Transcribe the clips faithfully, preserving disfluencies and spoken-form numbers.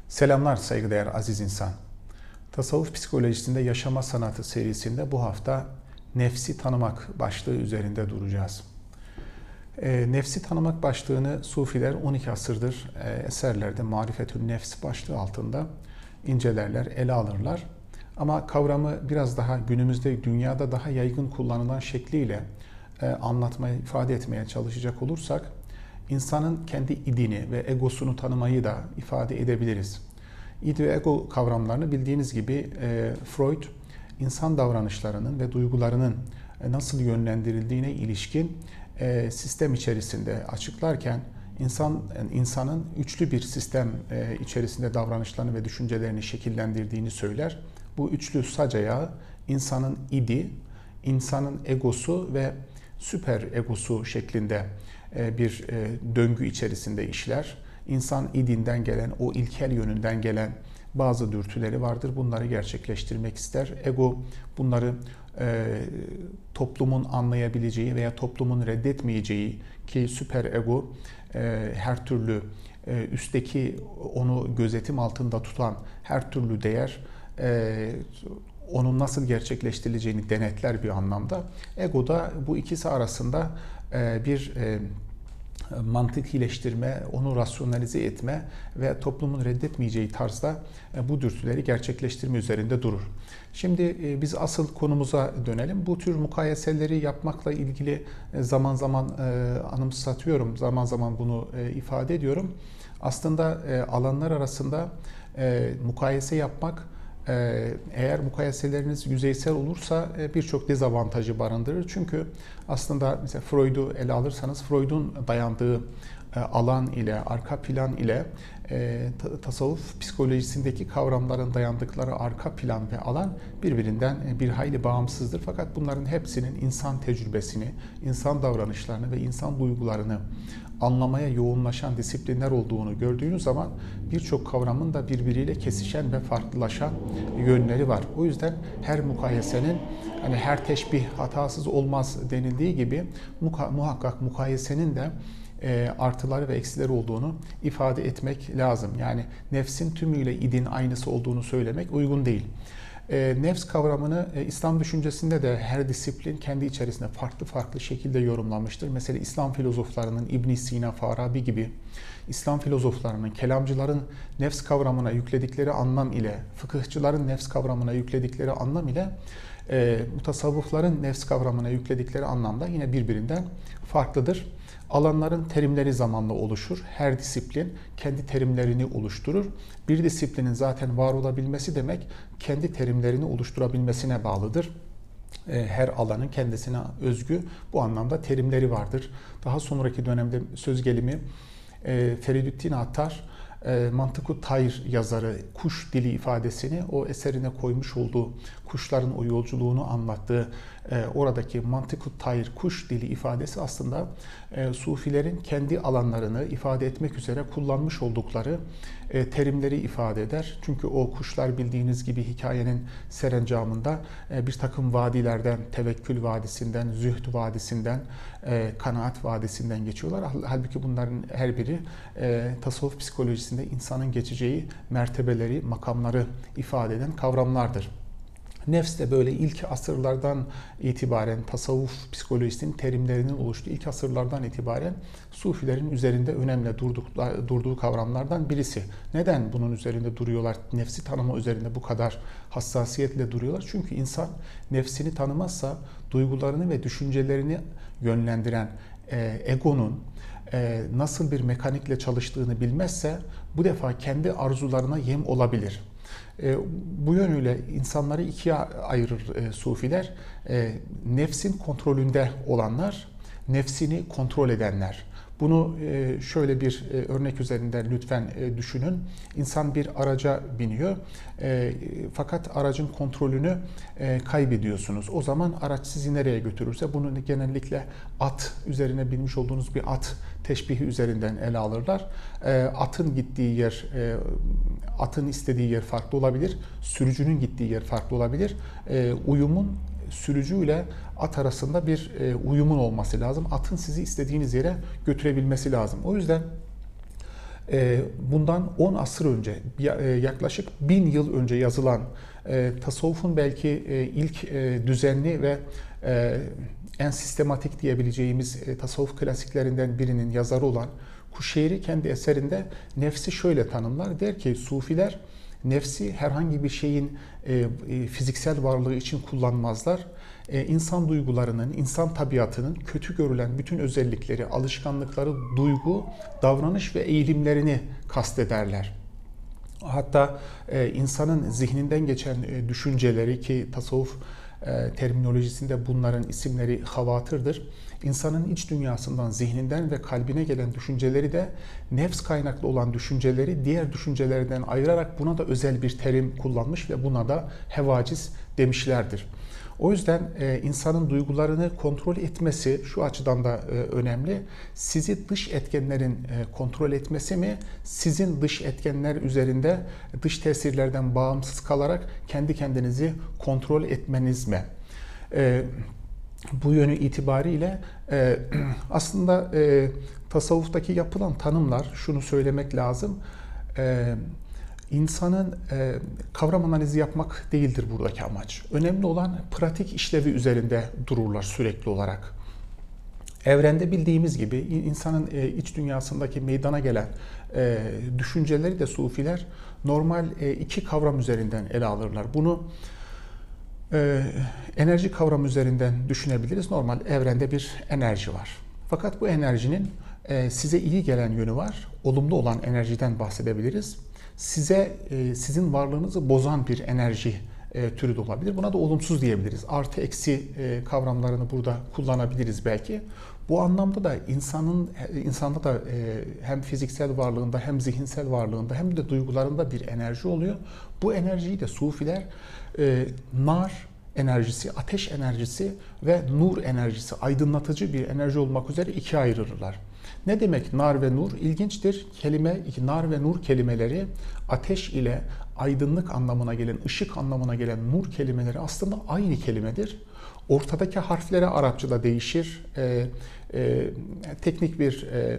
Selamlar saygıdeğer aziz insan. Tasavvuf psikolojisinde yaşama sanatı serisinde bu hafta nefsi tanımak başlığı üzerinde duracağız. E, nefsi tanımak başlığını Sufiler on iki asırdır e, eserlerde Marifetün Nefs başlığı altında incelerler, ele alırlar. Ama kavramı biraz daha günümüzde dünyada daha yaygın kullanılan şekliyle e, anlatmaya, ifade etmeye çalışacak olursak, insanın kendi idini ve egosunu tanımayı da ifade edebiliriz. İd ve ego kavramlarını bildiğiniz gibi e, Freud, insan davranışlarının ve duygularının e, nasıl yönlendirildiğine ilişkin e, sistem içerisinde açıklarken, insan insanın üçlü bir sistem e, içerisinde davranışlarını ve düşüncelerini şekillendirdiğini söyler. Bu üçlü sac ayağı insanın idi, insanın egosu ve süper egosu şeklinde bir döngü içerisinde işler. İnsan idinden gelen, o ilkel yönünden gelen bazı dürtüleri vardır. Bunları gerçekleştirmek ister. Ego bunları e, toplumun anlayabileceği veya toplumun reddetmeyeceği, ki süper ego e, her türlü e, üstteki onu gözetim altında tutan her türlü değer e, onun nasıl gerçekleştirileceğini denetler bir anlamda. Ego da bu ikisi arasında bir mantık iyileştirme, onu rasyonalize etme ve toplumun reddetmeyeceği tarzda bu dürtüleri gerçekleştirme üzerinde durur. Şimdi biz asıl konumuza dönelim. Bu tür mukayeseleri yapmakla ilgili zaman zaman anımsatıyorum, zaman zaman bunu ifade ediyorum. Aslında alanlar arasında mukayese yapmak, eğer mukayeseleriniz yüzeysel olursa birçok dezavantajı barındırır. Çünkü aslında mesela Freud'u ele alırsanız, Freud'un dayandığı alan ile, arka plan ile tasavvuf psikolojisindeki kavramların dayandıkları arka plan ve alan birbirinden bir hayli bağımsızdır. Fakat bunların hepsinin insan tecrübesini, insan davranışlarını ve insan duygularını anlamaya yoğunlaşan disiplinler olduğunu gördüğünüz zaman birçok kavramın da birbiriyle kesişen ve farklılaşan yönleri var. O yüzden her mukayesenin, hani her teşbih hatasız olmaz denildiği gibi muhakkak mukayesenin de artıları ve eksileri olduğunu ifade etmek lazım. Yani nefsin tümüyle idin aynısı olduğunu söylemek uygun değil. E, nefs kavramını e, İslam düşüncesinde de her disiplin kendi içerisinde farklı farklı şekilde yorumlamıştır. Mesela İslam filozoflarının İbn Sina, Farabi gibi İslam filozoflarının, kelamcıların nefs kavramına yükledikleri anlam ile, fıkıhçıların nefs kavramına yükledikleri anlam ile e, mutasavvıfların nefs kavramına yükledikleri anlamda yine birbirinden farklıdır. Alanların terimleri zamanla oluşur. Her disiplin kendi terimlerini oluşturur. Bir disiplinin zaten var olabilmesi demek, kendi terimlerini oluşturabilmesine bağlıdır. Her alanın kendisine özgü bu anlamda terimleri vardır. Daha sonraki dönemde söz gelimi Feridüddin Attar, Mantık-ı Tayr yazarı kuş dili ifadesini o eserine koymuş olduğu, kuşların o yolculuğunu anlattığı oradaki Mantık-ı Tayr, kuş dili ifadesi aslında Sufilerin kendi alanlarını ifade etmek üzere kullanmış oldukları terimleri ifade eder. Çünkü o kuşlar bildiğiniz gibi hikayenin serencamında bir takım vadilerden, Tevekkül Vadisi'nden, Zühd Vadisi'nden, Kanaat Vadisi'nden geçiyorlar. Halbuki bunların her biri tasavvuf psikolojisinde insanın geçeceği mertebeleri, makamları ifade eden kavramlardır. Nefs de böyle ilk asırlardan itibaren tasavvuf psikolojisinin terimlerinin oluştuğu ilk asırlardan itibaren Sufilerin üzerinde önemli durduk, durduğu kavramlardan birisi. Neden bunun üzerinde duruyorlar? Nefsi tanıma üzerinde bu kadar hassasiyetle duruyorlar. Çünkü insan nefsini tanımazsa duygularını ve düşüncelerini yönlendiren e, egonun e, nasıl bir mekanikle çalıştığını bilmezse bu defa kendi arzularına yem olabilir. E, bu yönüyle insanları ikiye ayırır e, Sufiler. E, nefsin kontrolünde olanlar, nefsini kontrol edenler. Bunu e, şöyle bir e, örnek üzerinden lütfen e, düşünün. İnsan bir araca biniyor e, fakat aracın kontrolünü e, kaybediyorsunuz. O zaman araç sizi nereye götürürse bunu genellikle at, üzerine binmiş olduğunuz bir at teşbihi üzerinden ele alırlar. E, atın gittiği yer, e, atın istediği yer farklı olabilir, sürücünün gittiği yer farklı olabilir. E, uyumun sürücüyle at arasında bir e, uyumun olması lazım. Atın sizi istediğiniz yere götürebilmesi lazım. O yüzden Bundan on asır önce, yaklaşık bin yıl önce yazılan tasavvufun belki ilk düzenli ve en sistematik diyebileceğimiz tasavvuf klasiklerinden birinin yazarı olan Kuşeyri kendi eserinde nefsi şöyle tanımlar. Der ki Sufiler nefsi herhangi bir şeyin fiziksel varlığı için kullanmazlar. İnsan duygularının, insan tabiatının kötü görülen bütün özellikleri, alışkanlıkları, duygu, davranış ve eğilimlerini kastederler. Hatta insanın zihninden geçen düşünceleri, ki tasavvuf terminolojisinde bunların isimleri havatırdır. İnsanın iç dünyasından, zihninden ve kalbine gelen düşünceleri de nefs kaynaklı olan düşünceleri diğer düşüncelerden ayırarak buna da özel bir terim kullanmış ve buna da hevaciz demişlerdir. O yüzden e, insanın duygularını kontrol etmesi şu açıdan da e, önemli. Sizi dış etkenlerin e, kontrol etmesi mi, sizin dış etkenler üzerinde dış tesirlerden bağımsız kalarak kendi kendinizi kontrol etmeniz mi? E, bu yönü itibariyle e, aslında e, tasavvuftaki yapılan tanımlar, şunu söylemek lazım. E, İnsanın e, kavram analizi yapmak değildir buradaki amaç. Önemli olan pratik işlevi üzerinde dururlar sürekli olarak. Evrende bildiğimiz gibi insanın e, iç dünyasındaki meydana gelen e, düşünceleri de Sufiler normal e, iki kavram üzerinden ele alırlar. Bunu e, enerji kavramı üzerinden düşünebiliriz. Normal evrende bir enerji var. Fakat bu enerjinin e, size iyi gelen yönü var. Olumlu olan enerjiden bahsedebiliriz. Size, sizin varlığınızı bozan bir enerji türü de olabilir. Buna da olumsuz diyebiliriz. Artı eksi kavramlarını burada kullanabiliriz belki. Bu anlamda da insanın insanda da hem fiziksel varlığında hem zihinsel varlığında hem de duygularında bir enerji oluyor. Bu enerjiyi de Sufiler nar enerjisi, ateş enerjisi ve nur enerjisi, aydınlatıcı bir enerji olmak üzere ikiye ayırırlar. Ne demek nar ve nur? İlginçtir. Kelime, nar ve nur kelimeleri ateş ile aydınlık anlamına gelen, ışık anlamına gelen nur kelimeleri aslında aynı kelimedir. Ortadaki harfleri Arapçada değişir. E, e, teknik bir e,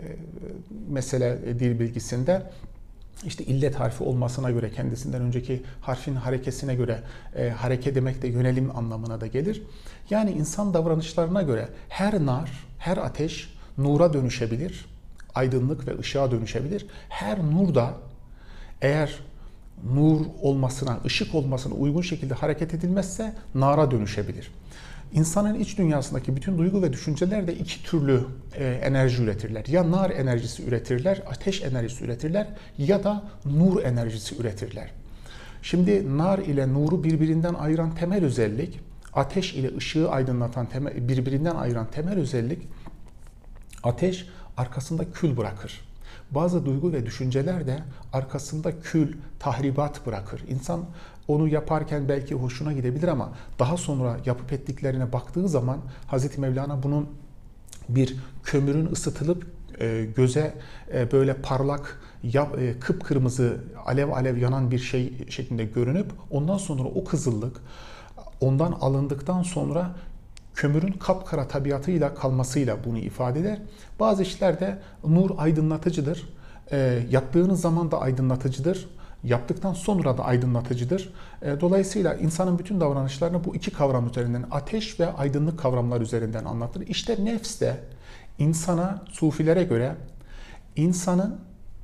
mesele dil bilgisinde. İşte illet harfi olmasına göre, kendisinden önceki harfin harekesine göre e, hareke demek de yönelim anlamına da gelir. Yani insan davranışlarına göre her nar, her ateş nura dönüşebilir, aydınlık ve ışığa dönüşebilir. Her nur da eğer nur olmasına, ışık olmasına uygun şekilde hareket edilmezse nara dönüşebilir. İnsanın iç dünyasındaki bütün duygu ve düşünceler de iki türlü e, enerji üretirler. Ya nar enerjisi üretirler, ateş enerjisi üretirler ya da nur enerjisi üretirler. Şimdi nar ile nuru birbirinden ayıran temel özellik, ateş ile ışığı aydınlatan temel, birbirinden ayıran temel özellik, ateş arkasında kül bırakır. Bazı duygu ve düşünceler de arkasında kül, tahribat bırakır. İnsan onu yaparken belki hoşuna gidebilir ama daha sonra yapıp ettiklerine baktığı zaman Hazreti Mevlana bunun bir kömürün ısıtılıp göze böyle parlak, kıpkırmızı, alev alev yanan bir şey şeklinde görünüp ondan sonra o kızıllık ondan alındıktan sonra kömürün kapkara tabiatıyla kalmasıyla bunu ifade eder. Bazı işlerde nur aydınlatıcıdır. E, yaptığınız zaman da aydınlatıcıdır. Yaptıktan sonra da aydınlatıcıdır. E, dolayısıyla insanın bütün davranışlarını bu iki kavram üzerinden, ateş ve aydınlık kavramlar üzerinden anlatır. İşte nefs de insana, Sufilere göre insanın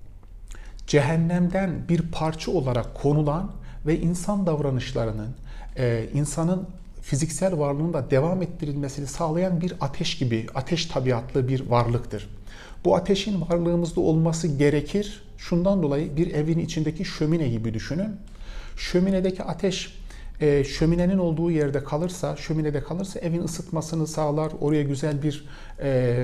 cehennemden bir parça olarak konulan ve insan davranışlarının, e, insanın fiziksel varlığının da devam ettirilmesini sağlayan bir ateş gibi, ateş tabiatlı bir varlıktır. Bu ateşin varlığımızda olması gerekir. Şundan dolayı bir evin içindeki şömine gibi düşünün. Şöminedeki ateş e, şöminenin olduğu yerde kalırsa, şöminede kalırsa evin ısıtmasını sağlar, oraya güzel bir e, e,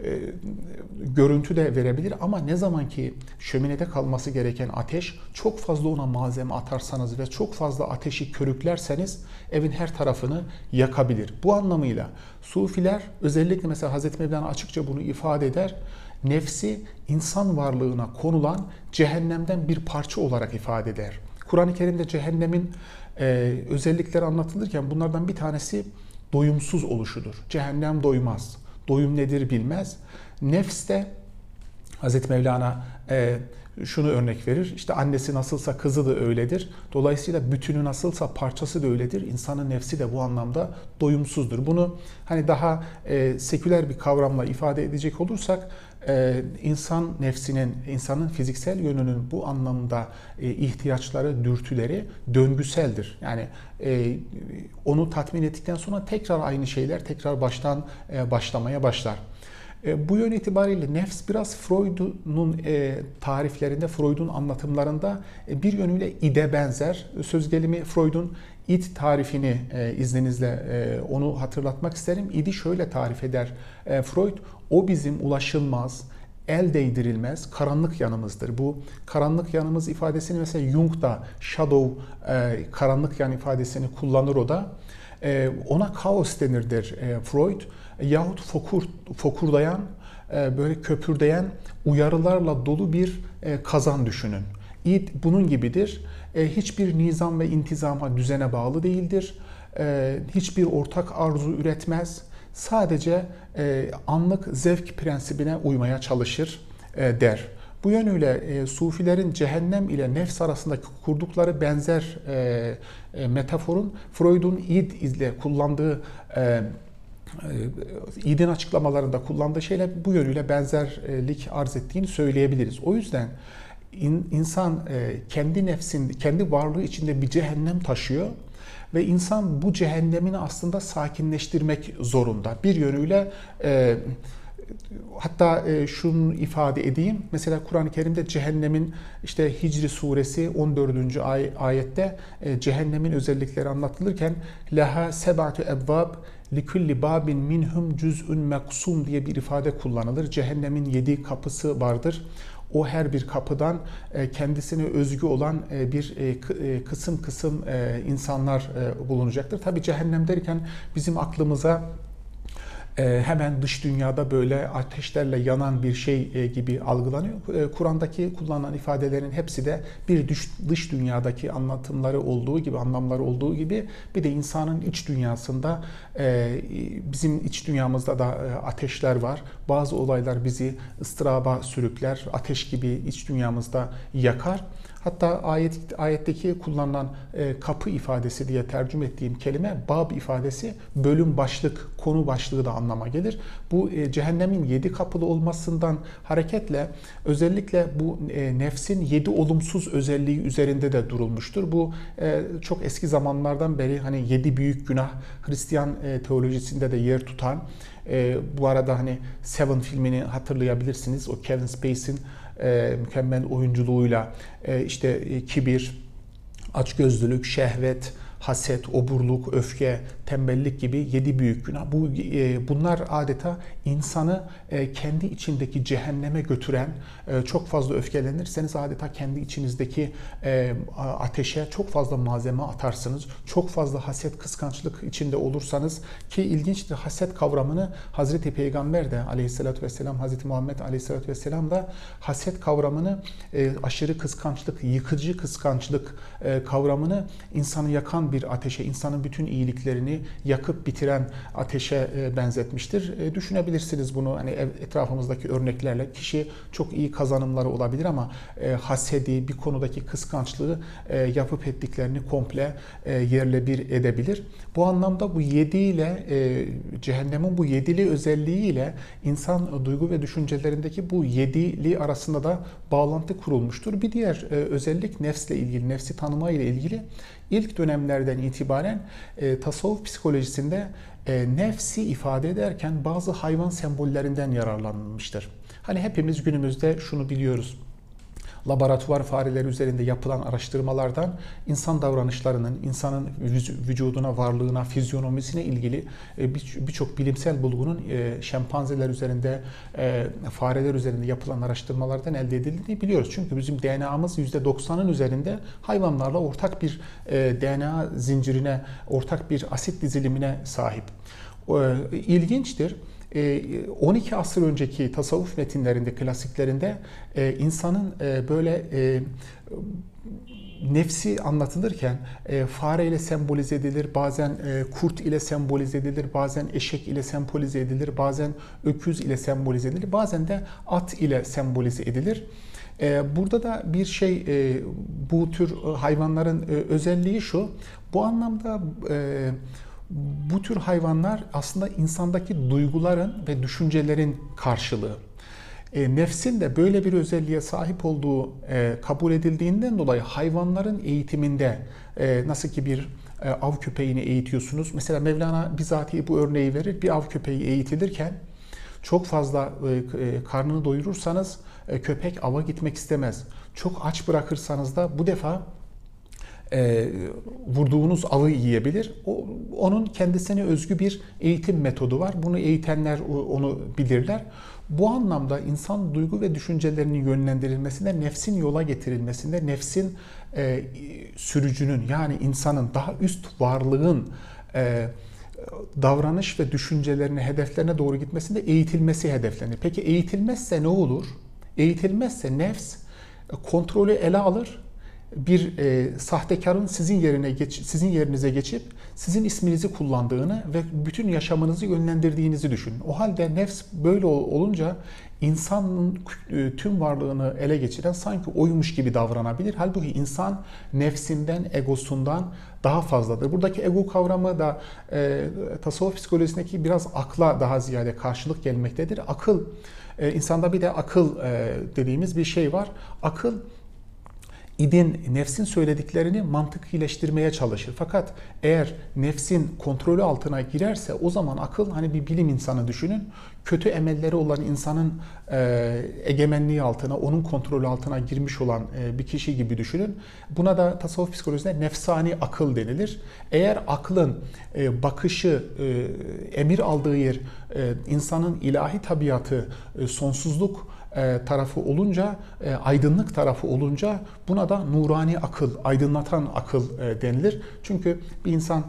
görüntü de verebilir. Ama ne zaman ki şöminede kalması gereken ateş, çok fazla ona malzeme atarsanız ve çok fazla ateşi körüklerseniz evin her tarafını yakabilir. Bu anlamıyla Sufiler, özellikle mesela Hazreti Mevlana açıkça bunu ifade eder, nefsi insan varlığına konulan cehennemden bir parça olarak ifade eder. Kur'an-ı Kerim'de cehennemin e, özellikleri anlatılırken bunlardan bir tanesi doyumsuz oluşudur. Cehennem doymaz. Doyum nedir bilmez. Nefs de Hazreti Mevlana e, şunu örnek verir. İşte annesi nasılsa kızı da öyledir. Dolayısıyla bütünü nasılsa parçası da öyledir. İnsanın nefsi de bu anlamda doyumsuzdur. Bunu hani daha e, seküler bir kavramla ifade edecek olursak, e, insan nefsinin, insanın fiziksel yönünün bu anlamda e, ihtiyaçları, dürtüleri döngüseldir. Yani e, onu tatmin ettikten sonra tekrar aynı şeyler tekrar baştan e, başlamaya başlar. Bu yön itibariyle nefs biraz Freud'un tariflerinde, Freud'un anlatımlarında bir yönüyle ide benzer. Söz gelimi Freud'un id tarifini izninizle onu hatırlatmak isterim. İdi şöyle tarif eder Freud: o bizim ulaşılmaz, el değdirilmez karanlık yanımızdır. Bu karanlık yanımız ifadesini mesela Jung da shadow, karanlık yan ifadesini kullanır o da. Ona kaos denir der Freud. Yahut fokur, fokurdayan, böyle köpürdeyen uyarılarla dolu bir kazan düşünün. İd bunun gibidir. Hiçbir nizam ve intizama, düzene bağlı değildir. Hiçbir ortak arzu üretmez. Sadece anlık zevk prensibine uymaya çalışır der. Bu yönüyle e, Sufilerin cehennem ile nefs arasındaki kurdukları benzer e, e, metaforun Freud'un id ile kullandığı e, İd'in açıklamalarında kullandığı şeyle bu yönüyle benzerlik arz ettiğini söyleyebiliriz. O yüzden insan kendi nefsin, kendi varlığı içinde bir cehennem taşıyor ve insan bu cehennemini aslında sakinleştirmek zorunda. Bir yönüyle hatta şunu ifade edeyim. Mesela Kur'an-ı Kerim'de cehennemin, işte Hicr suresi on dördüncü ayette cehennemin özellikleri anlatılırken laha seb'atu ebvab likulli babin minhum cüz'ün meksum diye bir ifade kullanılır. Cehennemin yedi kapısı vardır. O her bir kapıdan kendisine özgü olan bir kısım kısım insanlar bulunacaktır. Tabi cehennem derken bizim aklımıza hemen dış dünyada böyle ateşlerle yanan bir şey gibi algılanıyor. Kur'an'daki kullanılan ifadelerin hepsi de bir dış, dış dünyadaki anlatımları olduğu gibi, anlamları olduğu gibi bir de insanın iç dünyasında, bizim iç dünyamızda da ateşler var. Bazı olaylar bizi ıstıraba sürükler, ateş gibi iç dünyamızda yakar. Hatta ayet, ayetteki kullanılan e, kapı ifadesi diye tercüme ettiğim kelime bab ifadesi bölüm başlık, konu başlığı da anlama gelir. Bu e, cehennemin yedi kapılı olmasından hareketle özellikle bu e, nefsin yedi olumsuz özelliği üzerinde de durulmuştur. Bu e, çok eski zamanlardan beri hani yedi büyük günah Hristiyan e, teolojisinde de yer tutan. E, bu arada hani Seven filmini hatırlayabilirsiniz. O Kevin Spacey'in E, mükemmel oyunculuğuyla e, işte e, kibir, açgözlülük, şehvet, haset, oburluk, öfke, tembellik gibi yedi büyük günah. Bu e, bunlar adeta insanı e, kendi içindeki cehenneme götüren, e, çok fazla öfkelenirseniz adeta kendi içinizdeki e, ateşe çok fazla malzeme atarsınız. Çok fazla haset, kıskançlık içinde olursanız, ki ilginçtir, haset kavramını Hazreti Peygamber de aleyhissalatü vesselam, Hazreti Muhammed aleyhissalatü vesselam da haset kavramını, e, aşırı kıskançlık, yıkıcı kıskançlık e, kavramını insanı yakan bir ateşe, insanın bütün iyiliklerini yakıp bitiren ateşe benzetmiştir. Düşünebilirsiniz bunu hani etrafımızdaki örneklerle. Kişi çok iyi kazanımları olabilir ama hasedi, bir konudaki kıskançlığı yapıp ettiklerini komple yerle bir edebilir. Bu anlamda bu yedi ile cehennemin bu yedili özelliğiyle insan duygu ve düşüncelerindeki bu yedili arasında da bağlantı kurulmuştur. Bir diğer özellik nefsle ilgili, nefsi tanıma ile ilgili. İlk dönemlerden itibaren e, tasavvuf psikolojisinde e, nefsi ifade ederken bazı hayvan sembollerinden yararlanılmıştır. Hani hepimiz günümüzde şunu biliyoruz. Laboratuvar fareleri üzerinde yapılan araştırmalardan insan davranışlarının, insanın vücuduna, varlığına, fizyonomisine ilgili birçok bilimsel bulgunun şempanzeler üzerinde, fareler üzerinde yapılan araştırmalardan elde edildiğini biliyoruz. Çünkü bizim D N A'mız yüzde doksanın üzerinde hayvanlarla ortak bir D N A zincirine, ortak bir asit dizilimine sahip. İlginçtir. on iki asır önceki tasavvuf metinlerinde, klasiklerinde insanın böyle nefsi anlatılırken fare ile sembolize edilir, bazen kurt ile sembolize edilir, bazen eşek ile sembolize edilir, bazen öküz ile sembolize edilir, bazen de at ile sembolize edilir. E, burada da bir şey, e, bu tür hayvanların e, özelliği şu, bu anlamda e, bu tür hayvanlar aslında insandaki duyguların ve düşüncelerin karşılığı. E, nefsin de böyle bir özelliğe sahip olduğu e, kabul edildiğinden dolayı hayvanların eğitiminde e, nasıl ki bir e, av köpeğini eğitiyorsunuz. Mesela Mevlana bizatihi bu örneği verir. Bir av köpeği eğitilirken çok fazla e, e, karnını doyurursanız e, köpek ava gitmek istemez. Çok aç bırakırsanız da bu defa E, vurduğunuz avı yiyebilir. O, onun kendisine özgü bir eğitim metodu var. Bunu eğitenler onu bilirler. Bu anlamda insan duygu ve düşüncelerinin yönlendirilmesinde, nefsin yola getirilmesinde, nefsin e, sürücünün yani insanın daha üst varlığın e, davranış ve düşüncelerine, hedeflerine doğru gitmesinde eğitilmesi hedeflenir. Peki eğitilmezse ne olur? Eğitilmezse nefs kontrolü ele alır. Bir e, sahtekarın sizin yerine geç, sizin yerinize geçip sizin isminizi kullandığını ve bütün yaşamınızı yönlendirdiğinizi düşünün. O halde nefs böyle olunca insanın e, tüm varlığını ele geçiren sanki oymuş gibi davranabilir. Halbuki insan nefsinden, egosundan daha fazladır. Buradaki ego kavramı da e, tasavvuf psikolojisindeki biraz akla daha ziyade karşılık gelmektedir. Akıl, e, insanda bir de akıl e, dediğimiz bir şey var. Akıl İdin nefsin söylediklerini mantık iyileştirmeye çalışır. Fakat eğer nefsin kontrolü altına girerse o zaman akıl, hani bir bilim insanı düşünün, kötü emelleri olan insanın e, egemenliği altına, onun kontrolü altına girmiş olan e, bir kişi gibi düşünün. Buna da tasavvuf psikolojisinde nefsani akıl denilir. Eğer aklın e, bakışı, e, emir aldığı yer, e, insanın ilahi tabiatı, e, sonsuzluk tarafı olunca, aydınlık tarafı olunca buna da nurani akıl, aydınlatan akıl denilir. Çünkü bir insan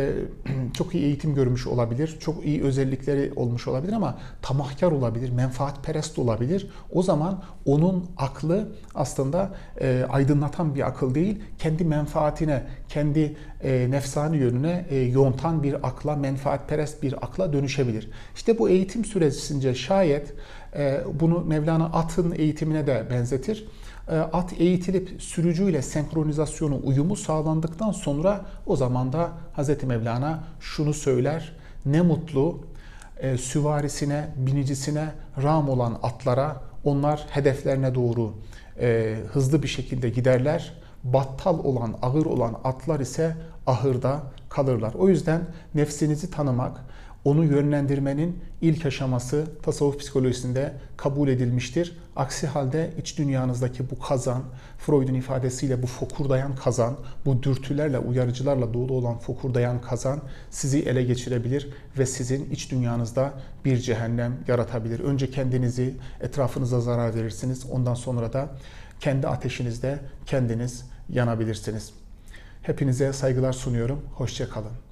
çok iyi eğitim görmüş olabilir, çok iyi özellikleri olmuş olabilir ama tamahkar olabilir, menfaatperest olabilir. O zaman onun aklı aslında aydınlatan bir akıl değil, kendi menfaatine, kendi nefsani yönüne yontan bir akla, menfaatperest bir akla dönüşebilir. İşte bu eğitim sürecince şayet bunu Mevlana atın eğitimine de benzetir. At eğitilip sürücüyle senkronizasyonu, uyumu sağlandıktan sonra o zaman da Hazreti Mevlana şunu söyler: ne mutlu e, süvarisine, binicisine ram olan atlara, onlar hedeflerine doğru e, hızlı bir şekilde giderler. Battal olan, ağır olan atlar ise ahırda kalırlar. O yüzden nefsinizi tanımak, onu yönlendirmenin ilk aşaması tasavvuf psikolojisinde kabul edilmiştir. Aksi halde iç dünyanızdaki bu kazan, Freud'un ifadesiyle bu fokurdayan kazan, bu dürtülerle, uyarıcılarla dolu olan fokurdayan kazan sizi ele geçirebilir ve sizin iç dünyanızda bir cehennem yaratabilir. Önce kendinizi, etrafınıza zarar verirsiniz. Ondan sonra da kendi ateşinizde kendiniz yanabilirsiniz. Hepinize saygılar sunuyorum. Hoşça kalın.